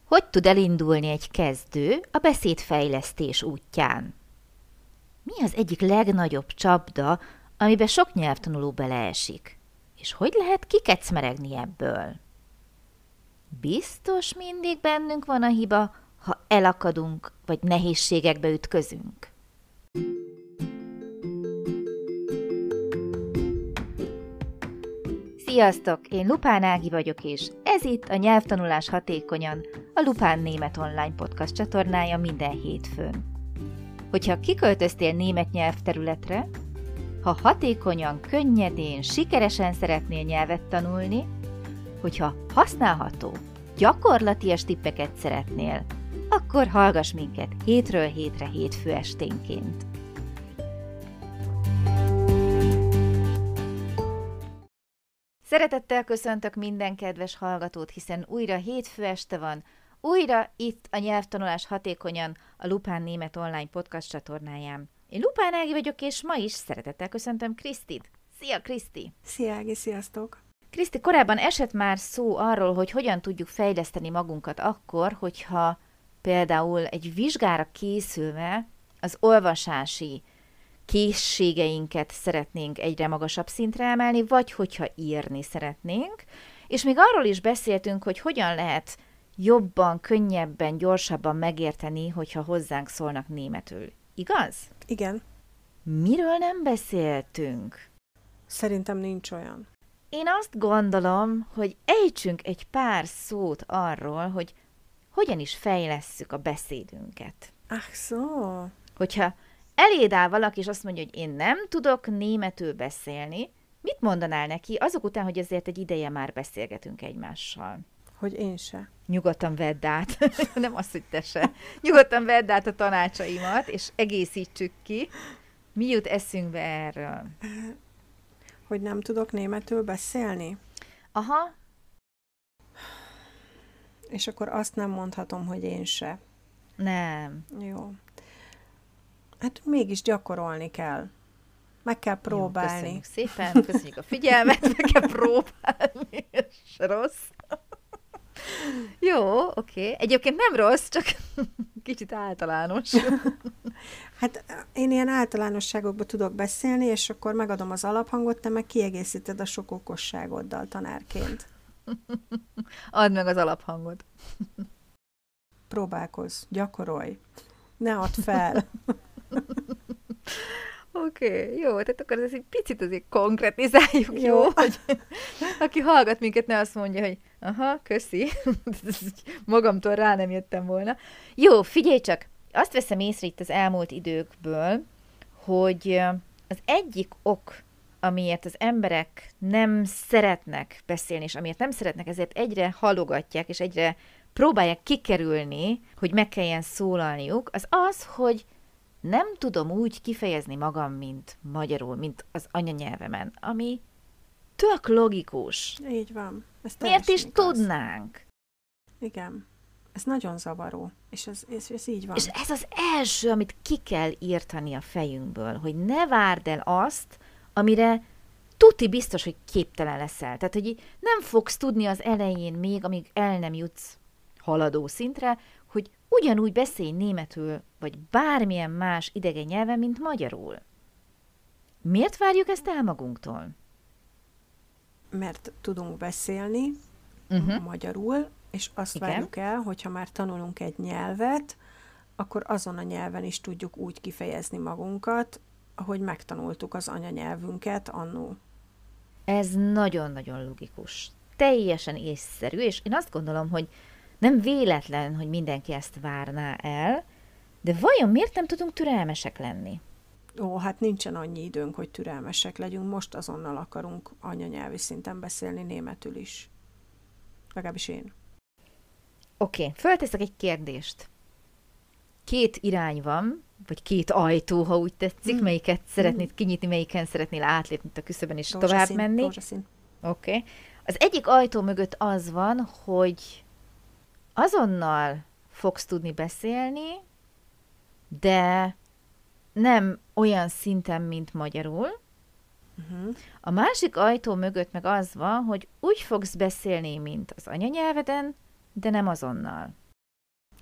Hogy tud elindulni egy kezdő a beszédfejlesztés útján? Mi az egyik legnagyobb csapda, amiben sok nyelvtanuló beleesik? És hogy lehet kikecmeregni ebből? Biztos mindig bennünk van a hiba, ha elakadunk, vagy nehézségekbe ütközünk. Sziasztok! Én Lupán Ági vagyok, és ez itt a Nyelvtanulás hatékonyan, a Lupán Német Online Podcast csatornája minden hétfőn. Hogyha kiköltöztél német nyelvterületre, ha hatékonyan, könnyedén, sikeresen szeretnél nyelvet tanulni, hogyha használható, gyakorlatias tippeket szeretnél, akkor hallgass minket hétről hétre hétfő esténként. Szeretettel köszöntök minden kedves hallgatót, hiszen újra hétfő este van, újra itt a Nyelvtanulás hatékonyan, a Lupán Német Online Podcast csatornáján. Én Lupán Ági vagyok, és ma is szeretettel köszöntöm Krisztit. Szia, Kriszti! Szia, Ági, sziasztok! Kriszti, korábban esett már szó arról, hogy hogyan tudjuk fejleszteni magunkat akkor, hogyha például egy vizsgára készülve az olvasási készségeinket szeretnénk egyre magasabb szintre emelni, vagy hogyha írni szeretnénk, és még arról is beszéltünk, hogy hogyan lehet jobban, könnyebben, gyorsabban megérteni, hogyha hozzánk szólnak németül. Igaz? Igen. Miről nem beszéltünk? Szerintem nincs olyan. Én azt gondolom, hogy ejtsünk egy pár szót arról, hogy hogyan is fejlesszük a beszédünket. Ach so. Hogyha eléd áll valaki, és azt mondja, hogy én nem tudok németül beszélni, mit mondanál neki azok után, hogy azért egy ideje már beszélgetünk egymással? Hogy én se. Nyugodtan vedd át, nem azt, hogy te se. Nyugodtan vedd át a tanácsaimat, és egészítsük ki. Mi jut eszünkbe erről? Hogy nem tudok németül beszélni? Aha. És akkor azt nem mondhatom, hogy én se. Nem. Jó. Hát mégis gyakorolni kell. Meg kell próbálni. Jó, köszönjük szépen, köszönjük a figyelmet, meg kell próbálni, és rossz. Jó, oké. Egyébként nem rossz, csak kicsit általános. Hát én ilyen általánosságokba tudok beszélni, és akkor megadom az alaphangot, te meg kiegészíted a sok okosságoddal tanárként. Add meg az alaphangot. Próbálkozz, gyakorolj. Ne add fel. Oké, jó, tehát akkor ez egy picit azért konkretizáljuk, jó? Hogy aki hallgat minket, ne azt mondja, hogy aha, köszi, magamtól rá nem jöttem volna. Jó, figyelj csak, azt veszem észre itt az elmúlt időkből, hogy az egyik ok, amiért az emberek nem szeretnek beszélni, és amiért nem szeretnek, ezért egyre halogatják, és egyre próbálják kikerülni, hogy meg kelljen szólalniuk, az az, hogy nem tudom úgy kifejezni magam, mint magyarul, mint az anyanyelvemen, ami tök logikus. Így van. Miért is tudnánk? Igen. Ez nagyon zavaró, és ez így van. És ez az első, amit ki kell írtani a fejünkből, hogy ne várd el azt, amire tuti biztos, hogy képtelen leszel. Tehát, hogy nem fogsz tudni az elején még, amíg el nem jutsz haladó szintre, hogy ugyanúgy beszélj németül, vagy bármilyen más idegen nyelven, mint magyarul. Miért várjuk ezt el magunktól? Mert tudunk beszélni magyarul, és azt várjuk el, hogyha már tanulunk egy nyelvet, akkor azon a nyelven is tudjuk úgy kifejezni magunkat, ahogy megtanultuk az anyanyelvünket annó. Ez nagyon-nagyon logikus. Teljesen észszerű, és én azt gondolom, hogy nem véletlen, hogy mindenki ezt várná el, de vajon miért nem tudunk türelmesek lenni? Ó, hát nincsen annyi időnk, hogy türelmesek legyünk. Most azonnal akarunk anyanyelvi szinten beszélni németül is. Legalábbis én. Oké, fölteszek egy kérdést. 2 irány van, vagy 2 ajtó, ha úgy tetszik, melyiket szeretnéd kinyitni, melyiken szeretnél átlépni a küszöbön és tovább menni. Rózsaszín. Oké. Az egyik ajtó mögött az van, hogy azonnal fogsz tudni beszélni, de nem olyan szinten, mint magyarul. A másik ajtó mögött meg az van, hogy úgy fogsz beszélni, mint az anyanyelveden, de nem azonnal.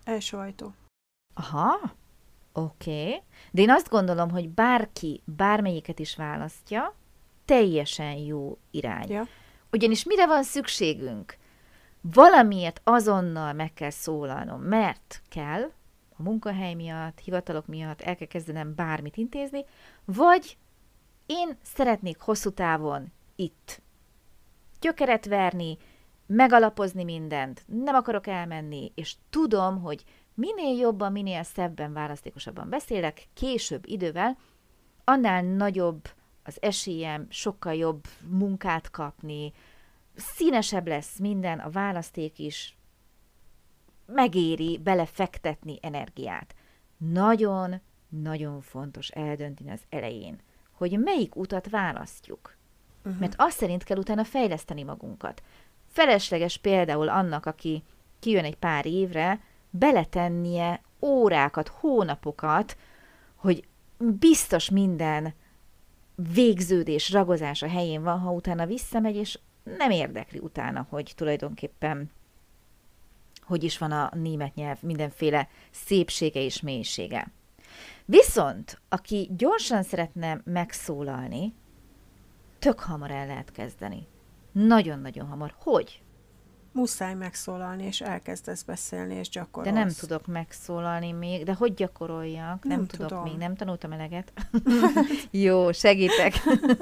Első ajtó. Aha, oké. De én azt gondolom, hogy bárki bármelyiket is választja, teljesen jó irány. Ja. Ugyanis mire van szükségünk? Valamiért azonnal meg kell szólalnom, mert kell, a munkahely miatt, hivatalok miatt el kell kezdenem bármit intézni, vagy én szeretnék hosszú távon itt gyökeret verni, megalapozni mindent, nem akarok elmenni, és tudom, hogy minél jobban, minél szebben, választékosabban beszélek, később idővel, annál nagyobb az esélyem, sokkal jobb munkát kapni, színesebb lesz minden, a választék is, megéri belefektetni energiát. Nagyon fontos eldönteni az elején, hogy melyik utat választjuk. Mert azt szerint kell utána fejleszteni magunkat. Felesleges például annak, aki kijön egy pár évre, beletennie órákat, hónapokat, hogy biztos minden végződés, ragozás a helyén van, ha utána visszamegy, és nem érdekli utána, hogy tulajdonképpen hogy is van a német nyelv, mindenféle szépsége és mélysége. Viszont, aki gyorsan szeretne megszólalni, tök hamar el lehet kezdeni. Nagyon-nagyon hamar. Hogy? Muszáj megszólalni, és elkezdesz beszélni, és gyakorolsz. De nem tudok megszólalni még, de hogy gyakoroljak? Nem tudok tudom. még, nem tanultam eleget. Jó, segítek.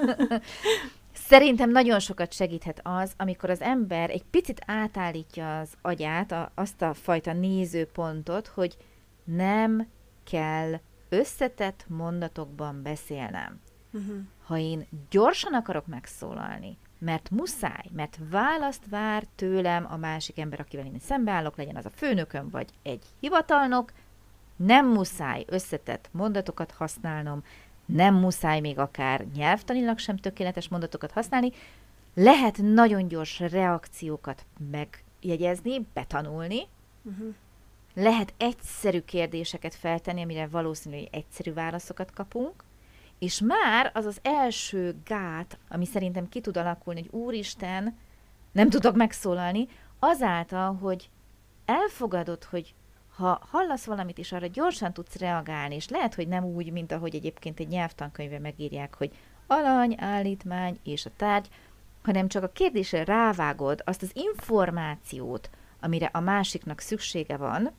Szerintem nagyon sokat segíthet az, amikor az ember egy picit átállítja az agyát, azt a fajta nézőpontot, hogy nem kell összetett mondatokban beszélnem. Ha én gyorsan akarok megszólalni, mert muszáj, mert választ vár tőlem a másik ember, akivel én szembeállok, legyen az a főnököm, vagy egy hivatalnok, nem muszáj összetett mondatokat használnom, nem muszáj még akár nyelvtanilag sem tökéletes mondatokat használni, lehet nagyon gyors reakciókat megjegyezni, betanulni, lehet egyszerű kérdéseket feltenni, amire valószínűleg egyszerű válaszokat kapunk, és már az az első gát, ami szerintem ki tud alakulni, hogy úristen, nem tudok megszólalni, azáltal, hogy elfogadod, hogy ha hallasz valamit, és arra gyorsan tudsz reagálni, és lehet, hogy nem úgy, mint ahogy egyébként egy nyelvtankönyvben megírják, hogy alany, állítmány és a tárgy, hanem csak a kérdésre rávágod azt az információt, amire a másiknak szüksége van,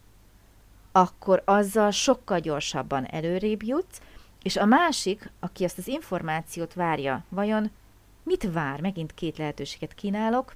akkor azzal sokkal gyorsabban előrébb jutsz, és a másik, aki azt az információt várja, vajon mit vár? Megint két lehetőséget kínálok.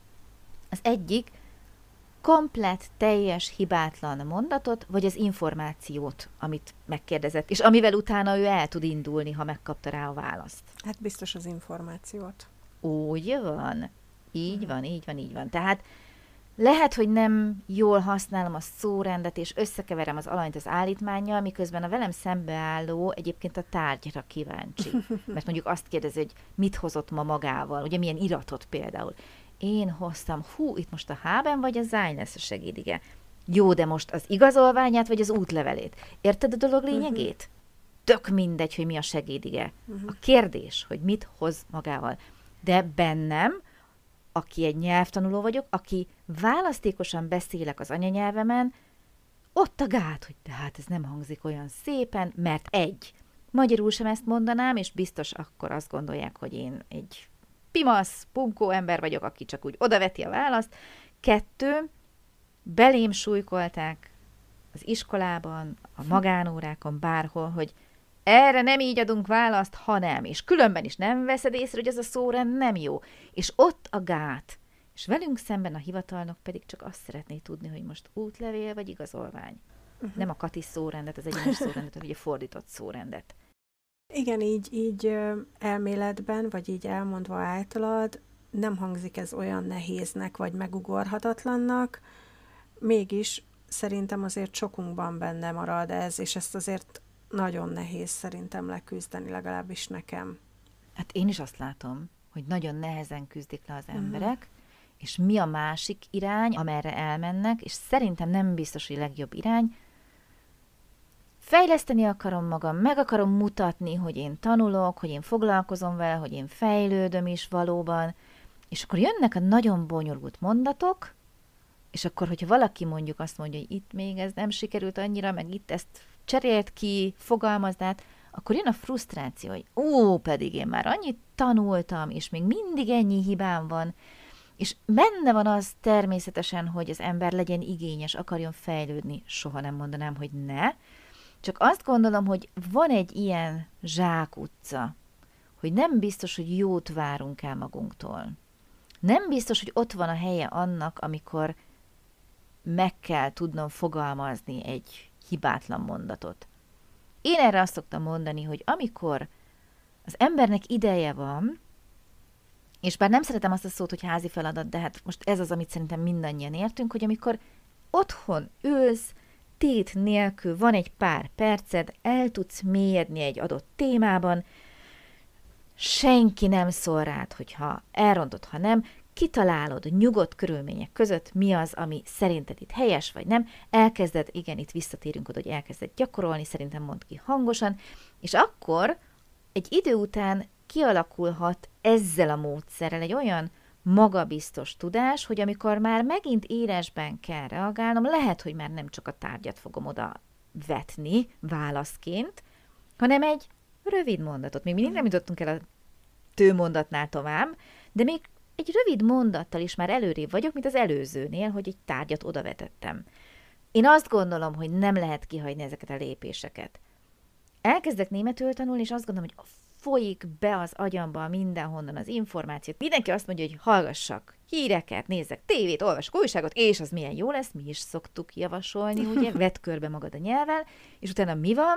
Az egyik, komplett, teljes, hibátlan mondatot, vagy az információt, amit megkérdezett, és amivel utána ő el tud indulni, ha megkapta rá a választ. Hát biztos az információt. Úgy van. Így van. Tehát lehet, hogy nem jól használom a szórendet, és összekeverem az alanyt az állítmánnyal, miközben a velem szembeálló egyébként a tárgyra kíváncsi. Mert mondjuk azt kérdezi, hogy mit hozott ma magával, ugye milyen iratot például. Én hoztam, itt most a H-ben vagy a Zány lesz a segédige. Jó, de most az igazolványát vagy az útlevelét. Érted a dolog lényegét? Tök mindegy, hogy mi a segédige. A kérdés, hogy mit hoz magával. De bennem, aki egy nyelvtanuló vagyok, aki választékosan beszélek az anyanyelvemen, ott a gát, hogy de hát ez nem hangzik olyan szépen, mert magyarul sem ezt mondanám, és biztos akkor azt gondolják, hogy én egy pimasz, punkó ember vagyok, aki csak úgy odaveti a választ. 2, belém súlykolták az iskolában, a magánórákon, bárhol, hogy erre nem így adunk választ, hanem, és különben is nem veszed észre, hogy ez a szórend nem jó. És ott a gát. És velünk szemben a hivatalnok pedig csak azt szeretné tudni, hogy most útlevél vagy igazolvány. Nem a Kati szórendet, az egyenes szórendet, vagy a fordított szórendet. Igen, így elméletben, vagy így elmondva általad, nem hangzik ez olyan nehéznek, vagy megugorhatatlannak, mégis szerintem azért sokunkban benne marad ez, és ezt azért nagyon nehéz szerintem leküzdeni, legalábbis nekem. Hát én is azt látom, hogy nagyon nehezen küzdik le az emberek, és mi a másik irány, amerre elmennek, és szerintem nem biztos, hogy legjobb irány. Fejleszteni akarom magam, meg akarom mutatni, hogy én tanulok, hogy én foglalkozom vele, hogy én fejlődöm is valóban, és akkor jönnek a nagyon bonyolult mondatok, és akkor, hogyha valaki mondjuk azt mondja, hogy itt még ez nem sikerült annyira, meg itt ezt cserélt ki, fogalmazd át, akkor jön a frusztráció, hogy pedig én már annyit tanultam, és még mindig ennyi hibám van, és benne van az természetesen, hogy az ember legyen igényes, akarjon fejlődni. Soha nem mondanám, hogy ne. Csak azt gondolom, hogy van egy ilyen zsákutca, hogy nem biztos, hogy jót várunk el magunktól. Nem biztos, hogy ott van a helye annak, amikor meg kell tudnom fogalmazni egy hibátlan mondatot. Én erre azt szoktam mondani, hogy amikor az embernek ideje van, és bár nem szeretem azt a szót, hogy házi feladat, de hát most ez az, amit szerintem mindannyian értünk, hogy amikor otthon ülsz, tét nélkül, van egy pár perced, el tudsz mélyedni egy adott témában, senki nem szól rád, hogyha elrontod, ha nem, kitalálod nyugodt körülmények között, mi az, ami szerinted itt helyes, vagy nem, elkezded, igen, itt visszatérünk oda, hogy elkezded gyakorolni, szerintem mondd ki hangosan, és akkor egy idő után kialakulhat ezzel a módszerrel egy olyan magabiztos tudás, hogy amikor már megint írásban kell reagálnom, lehet, hogy már nem csak a tárgyat fogom oda vetni válaszként, hanem egy rövid mondatot. Még mindig nem jutottunk el a tőmondatnál tovább, de még egy rövid mondattal is már előrébb vagyok, mint az előzőnél, hogy egy tárgyat odavetettem. Én azt gondolom, hogy nem lehet kihagyni ezeket a lépéseket. Elkezdek németül tanulni, és azt gondolom, hogy folyik be az agyamba mindenhonnan az információt. Mindenki azt mondja, hogy hallgassak híreket, nézzek tévét, olvasok újságot, és az milyen jó lesz, mi is szoktuk javasolni, ugye, vedd körbe magad a nyelvvel, és utána mi van?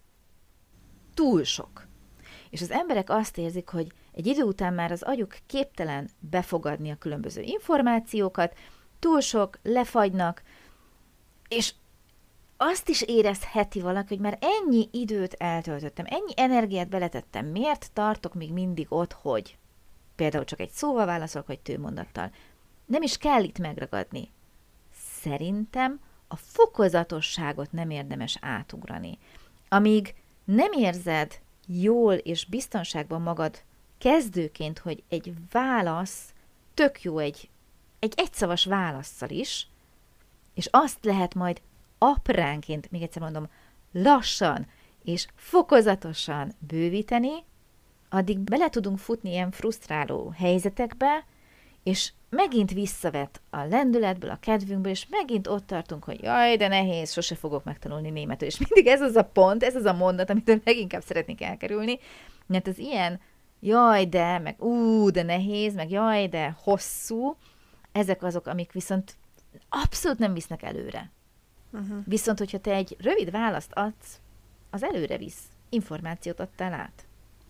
Túl sok. És az emberek azt érzik, hogy egy idő után már az agyuk képtelen befogadni a különböző információkat, túl sok, lefagynak, és azt is érezheti valaki, hogy már ennyi időt eltöltöttem, ennyi energiát beletettem, miért tartok még mindig ott, hogy például csak egy szóval válaszolok, vagy tőmondattal. Nem is kell itt megragadni. Szerintem a fokozatosságot nem érdemes átugrani. Amíg nem érzed jól és biztonságban magad kezdőként, hogy egy válasz tök jó egy egyszavas válasszal is, és azt lehet majd apránként, még egyszer mondom, lassan és fokozatosan bővíteni, addig bele tudunk futni ilyen frusztráló helyzetekbe, és megint visszavet a lendületből, a kedvünkből, és megint ott tartunk, hogy jaj, de nehéz, sose fogok megtanulni németül. És mindig ez az a pont, ez az a mondat, amit leginkább szeretnék elkerülni, mert az ilyen jaj, de, meg de nehéz, meg jaj, de hosszú, ezek azok, amik viszont abszolút nem visznek előre. Viszont, hogyha te egy rövid választ adsz, az előre visz. Információt adtál át.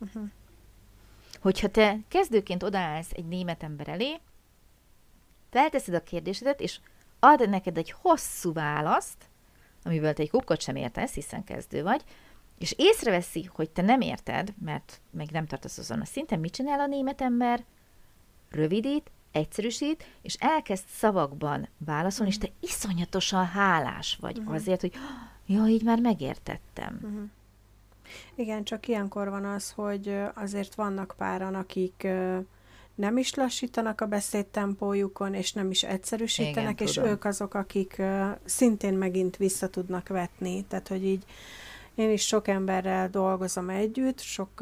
Hogyha te kezdőként odaállsz egy német ember elé, felteszed a kérdésedet, és ad neked egy hosszú választ, amiből te egy kukkot sem értesz, hiszen kezdő vagy, és észreveszi, hogy te nem érted, mert meg nem tartasz azon a szinten, mit csinál a német ember? Rövidít, egyszerűsít, és elkezd szavakban válaszolni, és te iszonyatosan hálás vagy azért, hogy így már megértettem. Igen, csak ilyenkor van az, hogy azért vannak páran, akik nem is lassítanak a beszédtempójukon, és nem is egyszerűsítenek, és ők azok, akik szintén megint vissza tudnak vetni. Tehát, hogy így én is sok emberrel dolgozom együtt,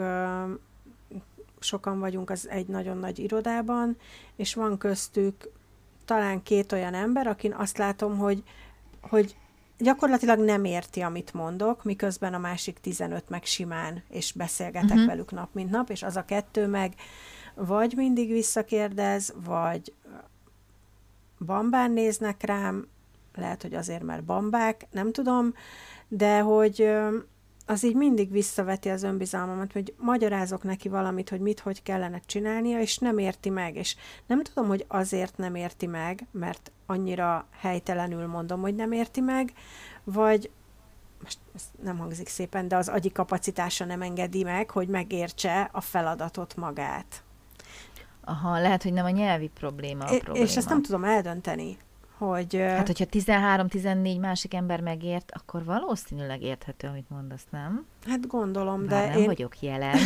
sokan vagyunk az egy nagyon nagy irodában, és van köztük talán 2 olyan ember, akin azt látom, hogy gyakorlatilag nem érti, amit mondok, miközben a másik 15 meg simán, és beszélgetek velük nap, mint nap, és az a 2 meg vagy mindig visszakérdez, vagy bambán néznek rám, lehet, hogy azért, mert bambák, nem tudom, de hogy az így mindig visszaveti az önbizalmamat, hogy magyarázok neki valamit, hogy hogy kellene csinálnia, és nem érti meg. És nem tudom, hogy azért nem érti meg, mert annyira helytelenül mondom, hogy nem érti meg, vagy most ez nem hangzik szépen, de az agyi kapacitása nem engedi meg, hogy megértse a feladatot magát. Aha, lehet, hogy nem a nyelvi probléma a probléma. És ezt nem tudom eldönteni. Hogy, hát, hogyha 13-14 másik ember megért, akkor valószínűleg érthető, amit mondasz, nem? Hát gondolom, bár de nem vagyok jelen.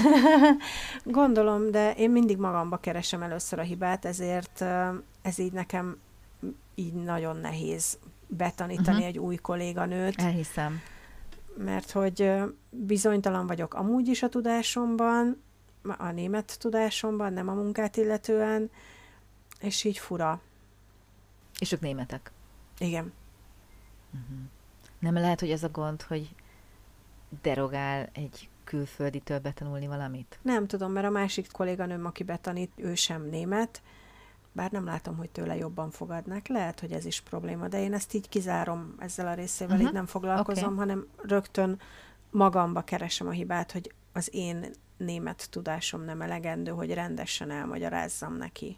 Gondolom, de én mindig magamba keresem először a hibát, ezért ez így nekem így nagyon nehéz betanítani egy új kolléganőt. Elhiszem. Mert hogy bizonytalan vagyok amúgy is a tudásomban, a német tudásomban, nem a munkát illetően, és így fura. És ők németek? Igen. Nem lehet, hogy az a gond, hogy derogál egy külfölditől betanulni valamit? Nem tudom, mert a másik kolléganőm, aki betanít, ő sem német, bár nem látom, hogy tőle jobban fogadnak. Lehet, hogy ez is probléma, de én ezt így kizárom ezzel a részével, így nem foglalkozom, hanem rögtön magamba keresem a hibát, hogy az én német tudásom nem elegendő, hogy rendesen elmagyarázzam neki.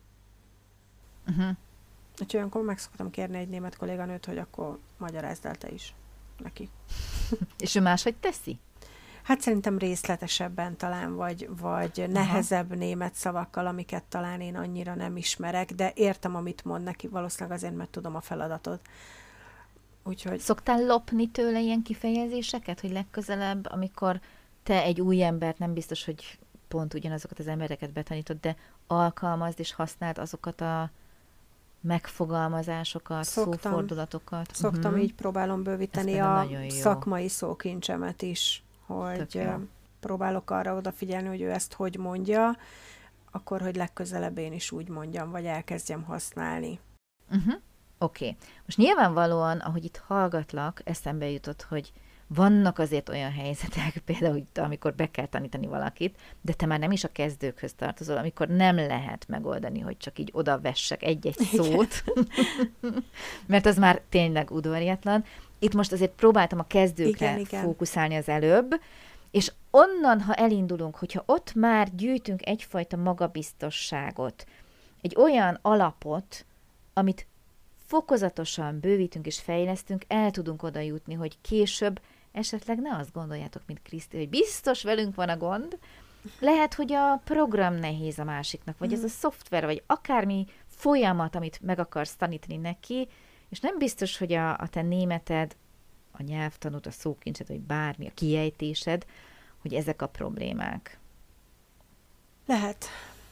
Úgyhogy olyankor meg szoktam kérni egy német kolléganőt, hogy akkor magyarázd el te is neki. És ő máshogy teszi? Hát szerintem részletesebben talán, vagy nehezebb német szavakkal, amiket talán én annyira nem ismerek, de értem, amit mond neki, valószínűleg azért, mert tudom a feladatot. Úgyhogy... Szoktál lopni tőle ilyen kifejezéseket, hogy legközelebb, amikor te egy új embert, nem biztos, hogy pont ugyanazokat az embereket betanítod, de alkalmazd és használd azokat a megfogalmazásokat, szófordulatokat. Szoktam, így próbálom bővíteni a szakmai szókincsemet is, hogy próbálok arra odafigyelni, hogy ő ezt hogy mondja, akkor, hogy legközelebb én is úgy mondjam, vagy elkezdjem használni. Oké. Most nyilvánvalóan, ahogy itt hallgatlak, eszembe jutott, hogy vannak azért olyan helyzetek, például itt, amikor be kell tanítani valakit, de te már nem is a kezdőkhöz tartozol, amikor nem lehet megoldani, hogy csak így odavessek egy-egy szót, mert az már tényleg udvariatlan. Itt most azért próbáltam a kezdőkre fókuszálni az előbb, és onnan, ha elindulunk, hogyha ott már gyűjtünk egyfajta magabiztosságot, egy olyan alapot, amit fokozatosan bővítünk és fejlesztünk, el tudunk oda jutni, hogy később esetleg ne azt gondoljátok, mint Kriszti, hogy biztos velünk van a gond, lehet, hogy a program nehéz a másiknak, vagy ez a szoftver, vagy akármi folyamat, amit meg akarsz tanítani neki, és nem biztos, hogy a te németed, a nyelvtanod, a szókincsed, vagy bármi, a kiejtésed, hogy ezek a problémák. Lehet.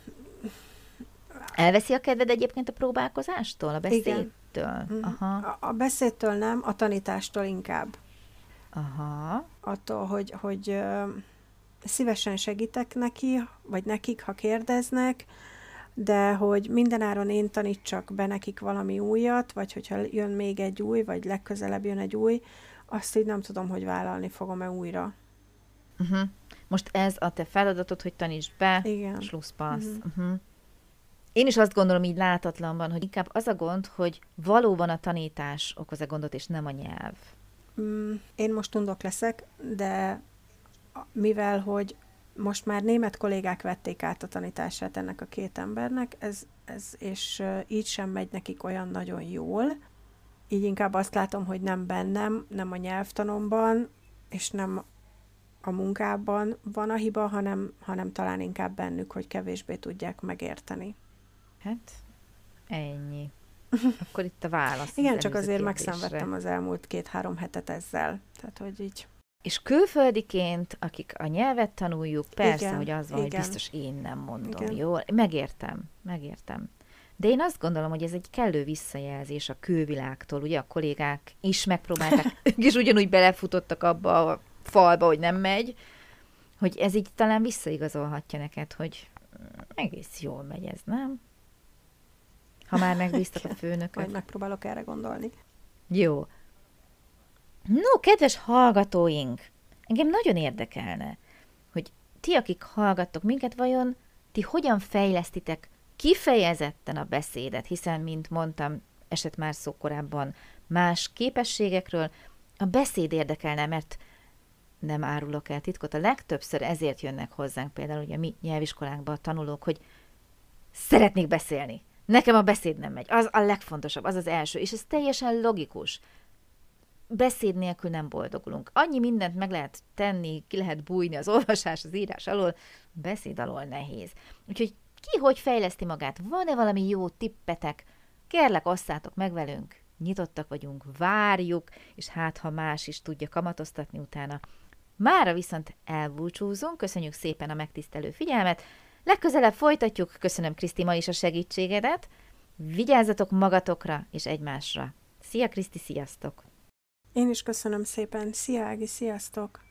Elveszi a kedved egyébként a próbálkozástól, a beszédtől? Aha. A beszédtől nem, a tanítástól inkább. Aha. Attól, hogy szívesen segítek neki, vagy nekik, ha kérdeznek, de hogy mindenáron én tanítsak be nekik valami újat, vagy hogyha jön még egy új, vagy legközelebb jön egy új, azt így nem tudom, hogy vállalni fogom-e újra. Most ez a te feladatod, hogy tanítsd be, igen. Schlusspassz. Én is azt gondolom így látatlanban, hogy inkább az a gond, hogy valóban a tanítás okoz a gondot, és nem a nyelv. Én most undok leszek, de mivel, hogy most már német kollégák vették át a tanítását ennek a két embernek, és így sem megy nekik olyan nagyon jól. Így inkább azt látom, hogy nem bennem, nem a nyelvtanomban, és nem a munkában van a hiba, hanem talán inkább bennük, hogy kevésbé tudják megérteni. Hát, ennyi. Akkor itt a válasz. Igen, csak azért megszenvedtem az elmúlt 2-3 hetet ezzel. Tehát, hogy így... És külföldiként, akik a nyelvet tanuljuk, persze, igen, hogy az van, igen. hogy biztos én nem mondom, igen. Jól. Megértem. De én azt gondolom, hogy ez egy kellő visszajelzés a külvilágtól. Ugye a kollégák is megpróbálták, ők is ugyanúgy belefutottak abba a falba, hogy nem megy, hogy ez így talán visszaigazolhatja neked, hogy egész jól megy ez, nem? Ha már megbíztak a főnököt. Majd megpróbálok erre gondolni. Jó. No, kedves hallgatóink, engem nagyon érdekelne, hogy ti, akik hallgattok minket, vajon ti hogyan fejlesztitek kifejezetten a beszédet, hiszen, mint mondtam, esett már szó korábban más képességekről, a beszéd érdekelne, mert nem árulok el titkot, a legtöbbször ezért jönnek hozzánk például ugye a mi nyelviskolánkban a tanulók, hogy szeretnék beszélni. Nekem a beszéd nem megy. Az a legfontosabb, az az első, és ez teljesen logikus. Beszéd nélkül nem boldogulunk. Annyi mindent meg lehet tenni, ki lehet bújni az olvasás, az írás alól, beszéd alól nehéz. Úgyhogy ki hogy fejleszti magát? Van-e valami jó tippetek? Kérlek, osszátok meg velünk. Nyitottak vagyunk, várjuk, és hát, ha más is tudja kamatoztatni utána. Mára viszont elbúcsúzunk, köszönjük szépen a megtisztelő figyelmet. Legközelebb folytatjuk, köszönöm Kriszti ma is a segítségedet. Vigyázzatok magatokra és egymásra. Szia Kriszti, sziasztok! Én is köszönöm szépen. Szia Ági, sziasztok!